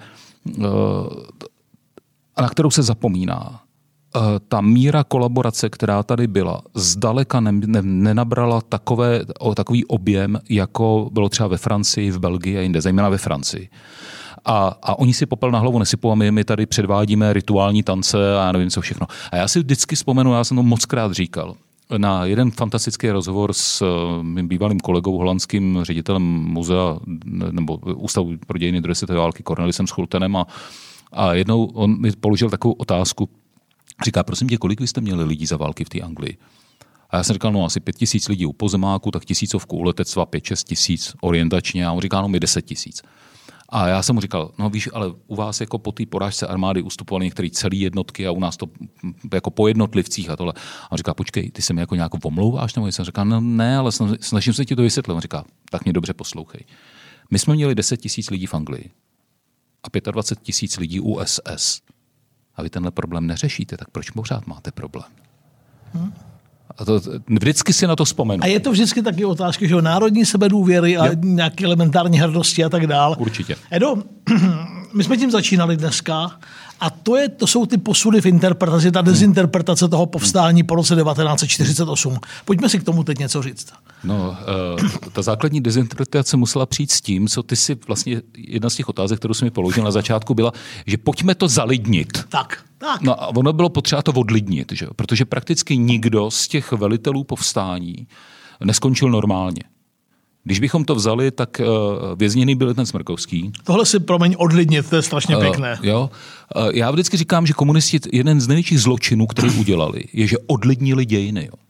a na kterou se zapomíná. Ta míra kolaborace, která tady byla, zdaleka nenabrala takový objem, jako bylo třeba ve Francii, v Belgii a jinde, zejména ve Francii. A oni si popel na hlavu nesypou a my tady předvádíme rituální tance a já nevím co všechno. A já si vždycky vzpomenu, já jsem to mockrát říkal, na jeden fantastický rozhovor s mým bývalým kolegou, holandským ředitelem muzea nebo Ústavu pro dějiny druhé světové války Cornelisem Schultenem a jednou on mi položil takovou otázku. Říká, prosím tě, kolik vy jste měli lidí za války v té Anglii? A já jsem říkal, no asi 5 000 lidí u pozemáku, tak 1000 u letectva, 5-6 000 orientačně a on říká, no my 10 000. A já jsem mu říkal, no víš, ale u vás jako po té porážce armády ustupovaly některé celé jednotky a u nás to jako po jednotlivcích a tohle. A on říká, počkej, ty se mi jako nějak omlouváš? Nebo jsem říkal, no ne, ale snažím se ti to vysvětlit. On říká, tak mě dobře poslouchej. My jsme měli 10 000 lidí v Anglii a 25 000 lidí u SS. A vy tenhle problém neřešíte, tak proč pořád máte problém? A to, vždycky si na to vzpomenu. A je to vždycky taky otázka, že národní sebedůvěry a nějaké elementární hrdosti a tak dál. Určitě. Edo, my jsme tím začínali dneska a to jsou ty posuny v interpretaci, ta dezinterpretace toho povstání po roce 1948. Pojďme si k tomu teď něco říct. No, ta základní dezinterpretace musela přijít s tím, co ty si vlastně, jedna z těch otázek, kterou jsi mi položil na začátku, byla, že pojďme to zalidnit. Tak. No a ono bylo potřeba to odlidnit, že? Protože prakticky nikdo z těch velitelů povstání neskončil normálně. Když bychom to vzali, tak vězněný byl ten Smrkovský. Tohle si promiň odlidnit, to je strašně pěkné. Jo. Já vždycky říkám, že komunisti, jeden z největších zločinů, který udělali, je, že odlidnili dějiny. Jo.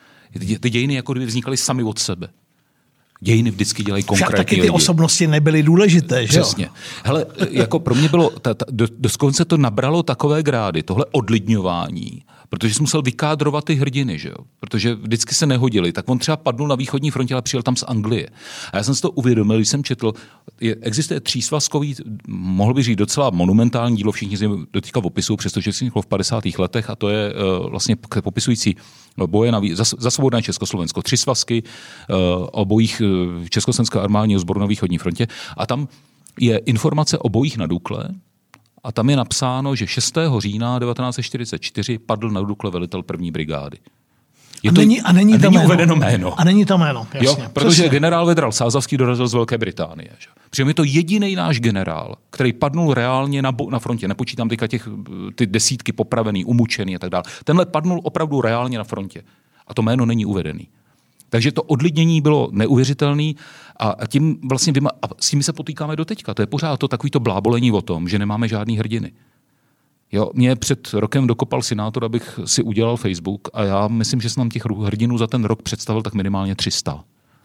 Ty dějiny jako kdyby vznikaly sami od sebe. Dějiny vždycky dělají konkrétní však taky ty lidi. Osobnosti nebyly důležité, že jo? Přesně. Hele, jako pro mě bylo, dokonce to nabralo takové grády, tohle odlidňování, protože jsem musel vykádrovat ty hrdiny, že jo? Protože vždycky se nehodili. Tak on třeba padnul na východní frontě, ale přijel tam z Anglie. A já jsem si to uvědomil, když jsem četl, existuje třísvazkový, mohl bych říct docela monumentální dílo, všichni si doteďka opisují, přestože vzniklo v 50. letech, a to je vlastně popisující boje za svobodné Československo. 3 svazky o bojích Československého armádního sboru na východní frontě. A tam je informace o bojích na Dukle. A tam je napsáno, že 6. října 1944 padl na Dukle velitel 1. brigády. Není tam uvedeno jméno. A není tam jméno, jasně. Jo, protože přesně. Generál Vedral Sázavský dorazil z Velké Británie. Že? Přitom je to jediný náš generál, který padnul reálně na frontě. Nepočítám teďka ty desítky popravený, umučený a tak dále. Tenhle padnul opravdu reálně na frontě. A to jméno není uvedený. Takže to odlidnění bylo neuvěřitelné a tím vlastně a s tím se potýkáme doteďka. To je pořád to takovýto blábolení o tom, že nemáme žádný hrdiny. Jo, mě před rokem dokopal senátor, abych si udělal Facebook a já myslím, že jsem tam těch hrdinů za ten rok představil tak minimálně 300.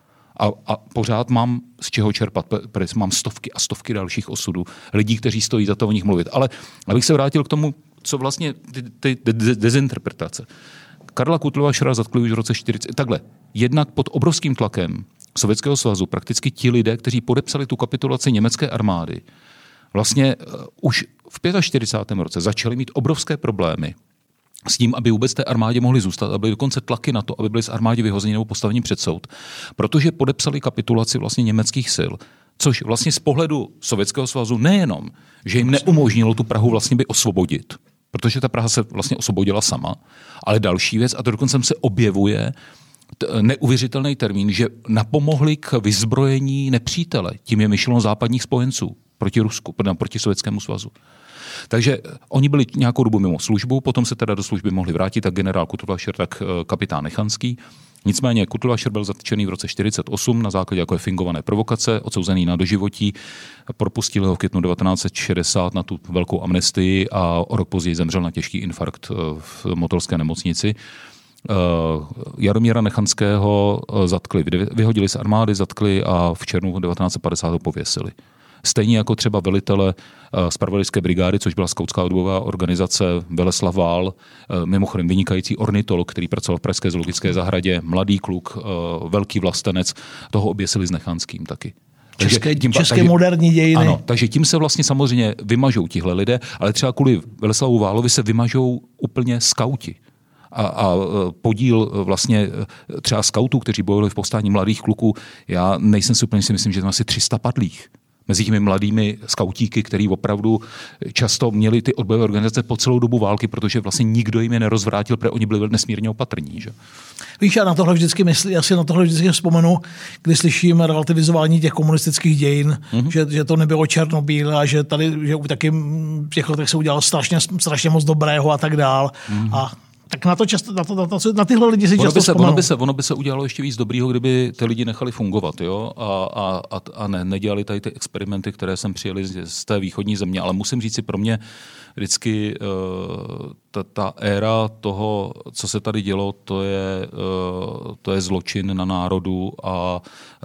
A pořád mám z čeho čerpat, protože mám stovky a stovky dalších osudů, lidí, kteří stojí za to o nich mluvit. Ale abych se vrátil k tomu, co vlastně ty dezinterpretace. Karla Kutlvašera zatkli už v roce 40. Takhle, jednak pod obrovským tlakem Sovětského svazu prakticky ti lidé, kteří podepsali tu kapitulaci německé armády, vlastně už v 45. roce začali mít obrovské problémy s tím, aby vůbec té armádě mohli zůstat, aby byly dokonce tlaky na to, aby byli z armády vyhozeni nebo postaveni před soud, protože podepsali kapitulaci vlastně německých sil, což vlastně z pohledu Sovětského svazu nejenom, že jim neumožnilo tu Prahu vlastně by osvobodit, protože ta Praha se vlastně osvobodila sama, ale další věc, a to dokonce se objevuje neuvěřitelný termín, že napomohli k vyzbrojení nepřítele, tím je myšleno západních spojenců proti Rusku, proti Sovětskému svazu. Takže oni byli nějakou dobu mimo službu, potom se teda do služby mohli vrátit, tak generál Kutlvašer, tak kapitán Nechanský. Nicméně Kutlvašer byl zatčený v roce 1948 na základě jako fingované provokace, odsouzený na doživotí, propustili ho v květnu 1960 na tu velkou amnestii a o rok později zemřel na těžký infarkt v motolské nemocnici. Jaromíra Nechanského zatkli, vyhodili z armády, zatkli a v červnu 1950 ho pověsili. Stejně jako třeba velitele zpravodajské brigády, což byla skautská odbojová organizace, Veleslav Vál, mimochodem vynikající ornitolog, který pracoval v pražské zoologické zahradě, mladý kluk, velký vlastenec, toho oběsili s Nechanským taky. České moderní dějiny. Ano, takže tím se vlastně samozřejmě vymažou tihle lidé, ale třeba kvůli Veleslavu Válovi se vymažou úplně skauti. A podíl vlastně třeba skautů, kteří bojovali v povstání mladých kluků, já nejsem si úplně si myslím, že tam asi 300 padlých. Mezi těmi mladými skautíky, který opravdu často měli ty odbojové organizace po celou dobu války, protože vlastně nikdo jim je nerozvrátil, protože oni byli nesmírně opatrní. Že? Víš, já na tohle vždycky vzpomenu, když slyším relativizování těch komunistických dějin, že to nebylo černobílé a že tady že taky v těch letech se udělalo strašně moc dobrého a tak dál. A tak na tyhle lidi si často vzpomenu. Ono by se udělalo ještě víc dobrýho, kdyby ty lidi nechali fungovat, jo? A nedělali tady ty experimenty, které sem přijeli z té východní země. Ale musím říct si, pro mě vždycky ta éra toho, co se tady dělo, to je zločin na národu a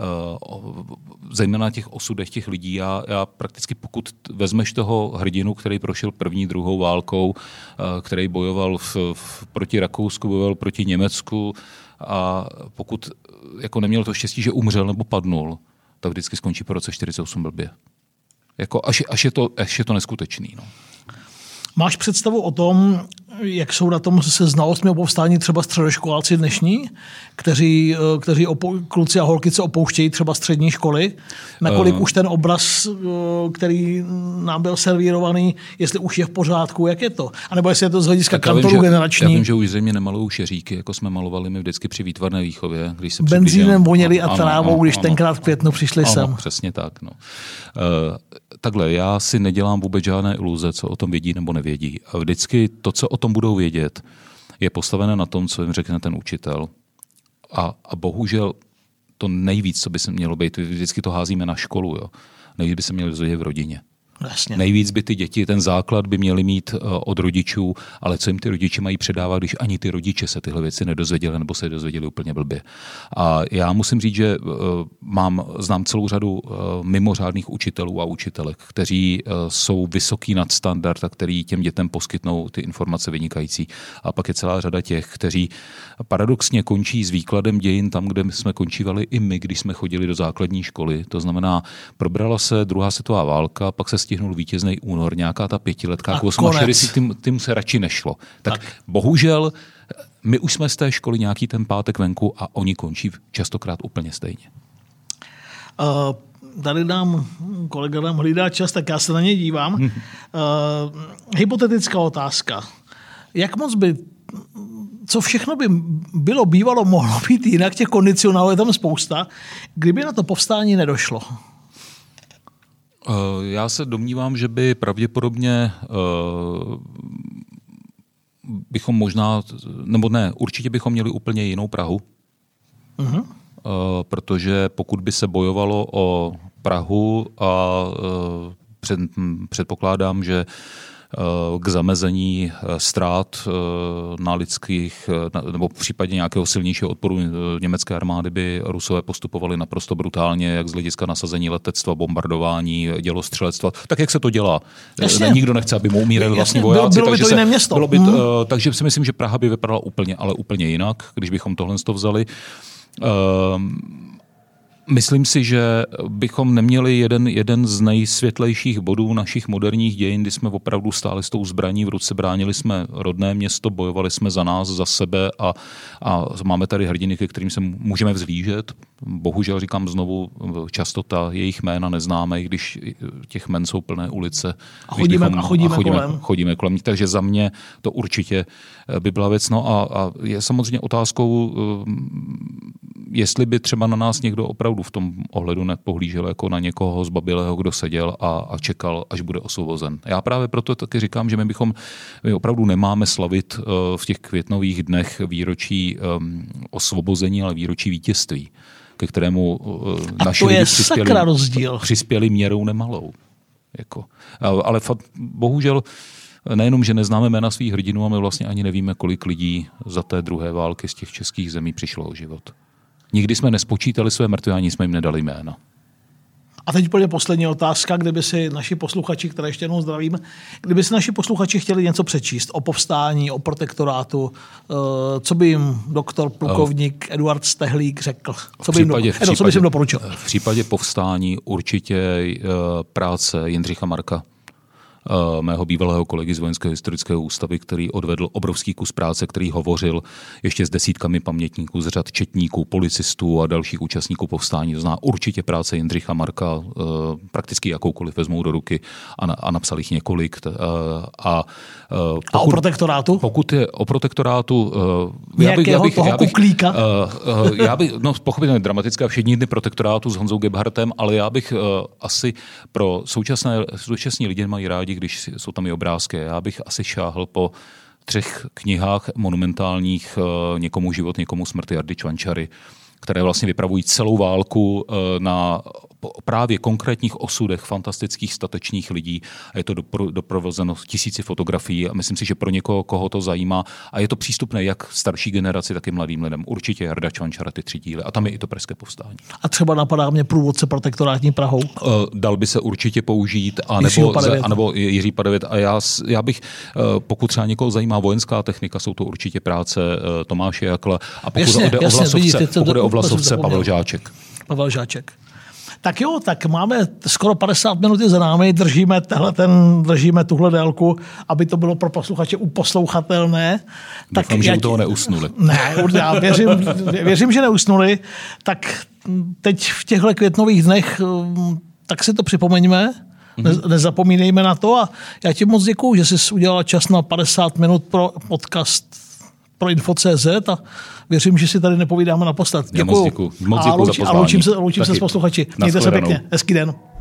zejména těch osudech těch lidí. Já prakticky, pokud vezmeš toho hrdinu, který prošel první, druhou válkou, který bojoval proti Rakousku, bojoval proti Německu a pokud jako neměl to štěstí, že umřel nebo padnul, tak vždycky skončí po roce 48 blbě. Jako až je to neskutečný. No. Máš představu o tom, jak jsou na tom se znalostmi o povstání třeba středoškoláci dnešní, kteří kluci a holky, co opouštějí třeba střední školy? Nakolik už ten obraz, který nám byl servírovaný, jestli už je v pořádku, jak je to? A nebo jestli je to z hlediska kantorů generační? Já vím, že už zřejmě nemalují šeříky, jako jsme malovali my vždycky při výtvarné výchově. Když se benzínem voněli a trávou, když tenkrát v květnu přišli sem. Přesně tak. No. Takhle, já si nedělám vůbec žádné iluze, co o tom vědí nebo nevědí. A vždycky to, co o tom budou vědět, je postavené na tom, co jim řekne ten učitel. A bohužel to nejvíc, co by se mělo být. Vždycky to házíme na školu. Jo. Nejvíc by se mělo dozvědět v rodině. Jasně. Nejvíc by ty děti, ten základ by měli mít od rodičů, ale co jim ty rodiče mají předávat, když ani ty rodiče se tyhle věci nedozvěděli nebo se je dozvěděli úplně blbě. A já musím říct, že znám celou řadu mimořádných učitelů a učitelek, kteří jsou vysoký nadstandard a který těm dětem poskytnou ty informace vynikající. A pak je celá řada těch, kteří paradoxně končí s výkladem dějin tam, kde jsme končívali i my, když jsme chodili do základní školy. To znamená, probrala se druhá světová válka, pak se stihnul vítězný únor, nějaká ta 5letka, 68, tím se radši nešlo. Tak bohužel my už jsme z té školy nějaký ten pátek venku a oni končí častokrát úplně stejně. Tady kolega nám hlídá čas, tak já se na něj dívám. Hypotetická otázka. Jak moc co všechno by mohlo být jinak, těch kondicionálů je tam spousta, kdyby na to povstání nedošlo? Já se domnívám, že by pravděpodobně bychom možná, nebo ne, určitě bychom měli úplně jinou Prahu, protože pokud by se bojovalo o Prahu a předpokládám, že k zamezení ztrát na lidských, nebo v případě nějakého silnějšího odporu německé armády by Rusové postupovali naprosto brutálně, jak z hlediska nasazení letectva, bombardování, dělostřelectva, tak jak se to dělá. Jasně. Nikdo nechce, aby mu umírali vlastní vojáci. Bylo by to jiné město. Takže si myslím, že Praha by vypadala úplně jinak, když bychom tohle vzali. Myslím si, že bychom neměli jeden z nejsvětlejších bodů našich moderních dějin, kdy jsme opravdu stáli s tou zbraní v ruce, bránili jsme rodné město, bojovali jsme za nás, za sebe a máme tady hrdiny, ke kterým se můžeme vzlížet. Bohužel říkám znovu, často jejich jména neznáme, i když těch jmen jsou plné ulice. A chodíme kolem. Takže za mě to určitě by byla věc. No a je samozřejmě otázkou, jestli by třeba na nás někdo opravdu v tom ohledu nepohlížel jako na někoho zbabilého, kdo seděl a čekal, až bude osvobozen. Já právě proto taky říkám, že my opravdu nemáme slavit v těch květnových dnech výročí osvobození, ale výročí vítězství, ke kterému naši lidi přispěli měrou nemalou. Ale bohužel nejenom, že neznáme jména svých hrdinů, a my vlastně ani nevíme, kolik lidí za té druhé války z těch českých zemí přišlo o život. Nikdy jsme nespočítali své mrtvé, ani jsme jim nedali jména. A teď úplně poslední otázka, kdyby si naši posluchači, které ještě jednou zdravím, kdyby si naši posluchači chtěli něco přečíst o povstání, o protektorátu, co by jim doktor plukovník Eduard Stehlík řekl? Co by jim doporučil? V případě povstání určitě práce Jindřicha Marka, mého bývalého kolegy z Vojenského historického ústavu, který odvedl obrovský kus práce, který hovořil ještě s desítkami pamětníků z řad četníků, policistů a dalších účastníků povstání. To zná určitě práce Jindřicha Marka, prakticky jakoukoliv vezmou do ruky a napsal jich několik. A o protektorátu? Pokud je o protektorátu... pochopitelně dramatické a všední dny protektorátu s Honzou Gebhardtem, ale já bych asi pro současní lidi mají rádi, když jsou tam i obrázky. Já bych asi šáhl po 3 knihách monumentálních Někomu život, někomu smrt Jardy Čvančary, které vlastně vypravují celou válku na právě konkrétních osudech fantastických statečných lidí. A je to doprovozeno tisíci fotografií a myslím si, že pro někoho, koho to zajímá, a je to přístupné jak starší generaci, tak i mladým lidem. Určitě Jarda Čvančara, ty 3 díly. A tam je i to Pražské povstání. A třeba napadá mě průvodce protektorátní Prahou? Dal by se určitě použít, anebo Jiří Padevět. A já bych, pokud třeba někoho zajímá vojenská technika, jsou to určitě práce Tomáše Jakla. A pokud jde o Vlasovce, Pavel Žáček. Pavel Žáček. Tak jo, tak máme skoro 50 minut za námi, držíme tuhle délku, aby to bylo pro posluchače uposlouchatelné. Doufám, že u toho neusnuli. Ne, já věřím, že neusnuli. Tak teď v těchto květnových dnech tak si to připomeňme, nezapomínejme na to a já ti moc děkuju, že jsi udělal čas na 50 minut pro podcast pro Info.cz a věřím, že si tady nepovídáme naposled. Děkuju. Moc děkuju za pozvání. A loučím se s posluchači. Mějte se pěkně. Hezký den.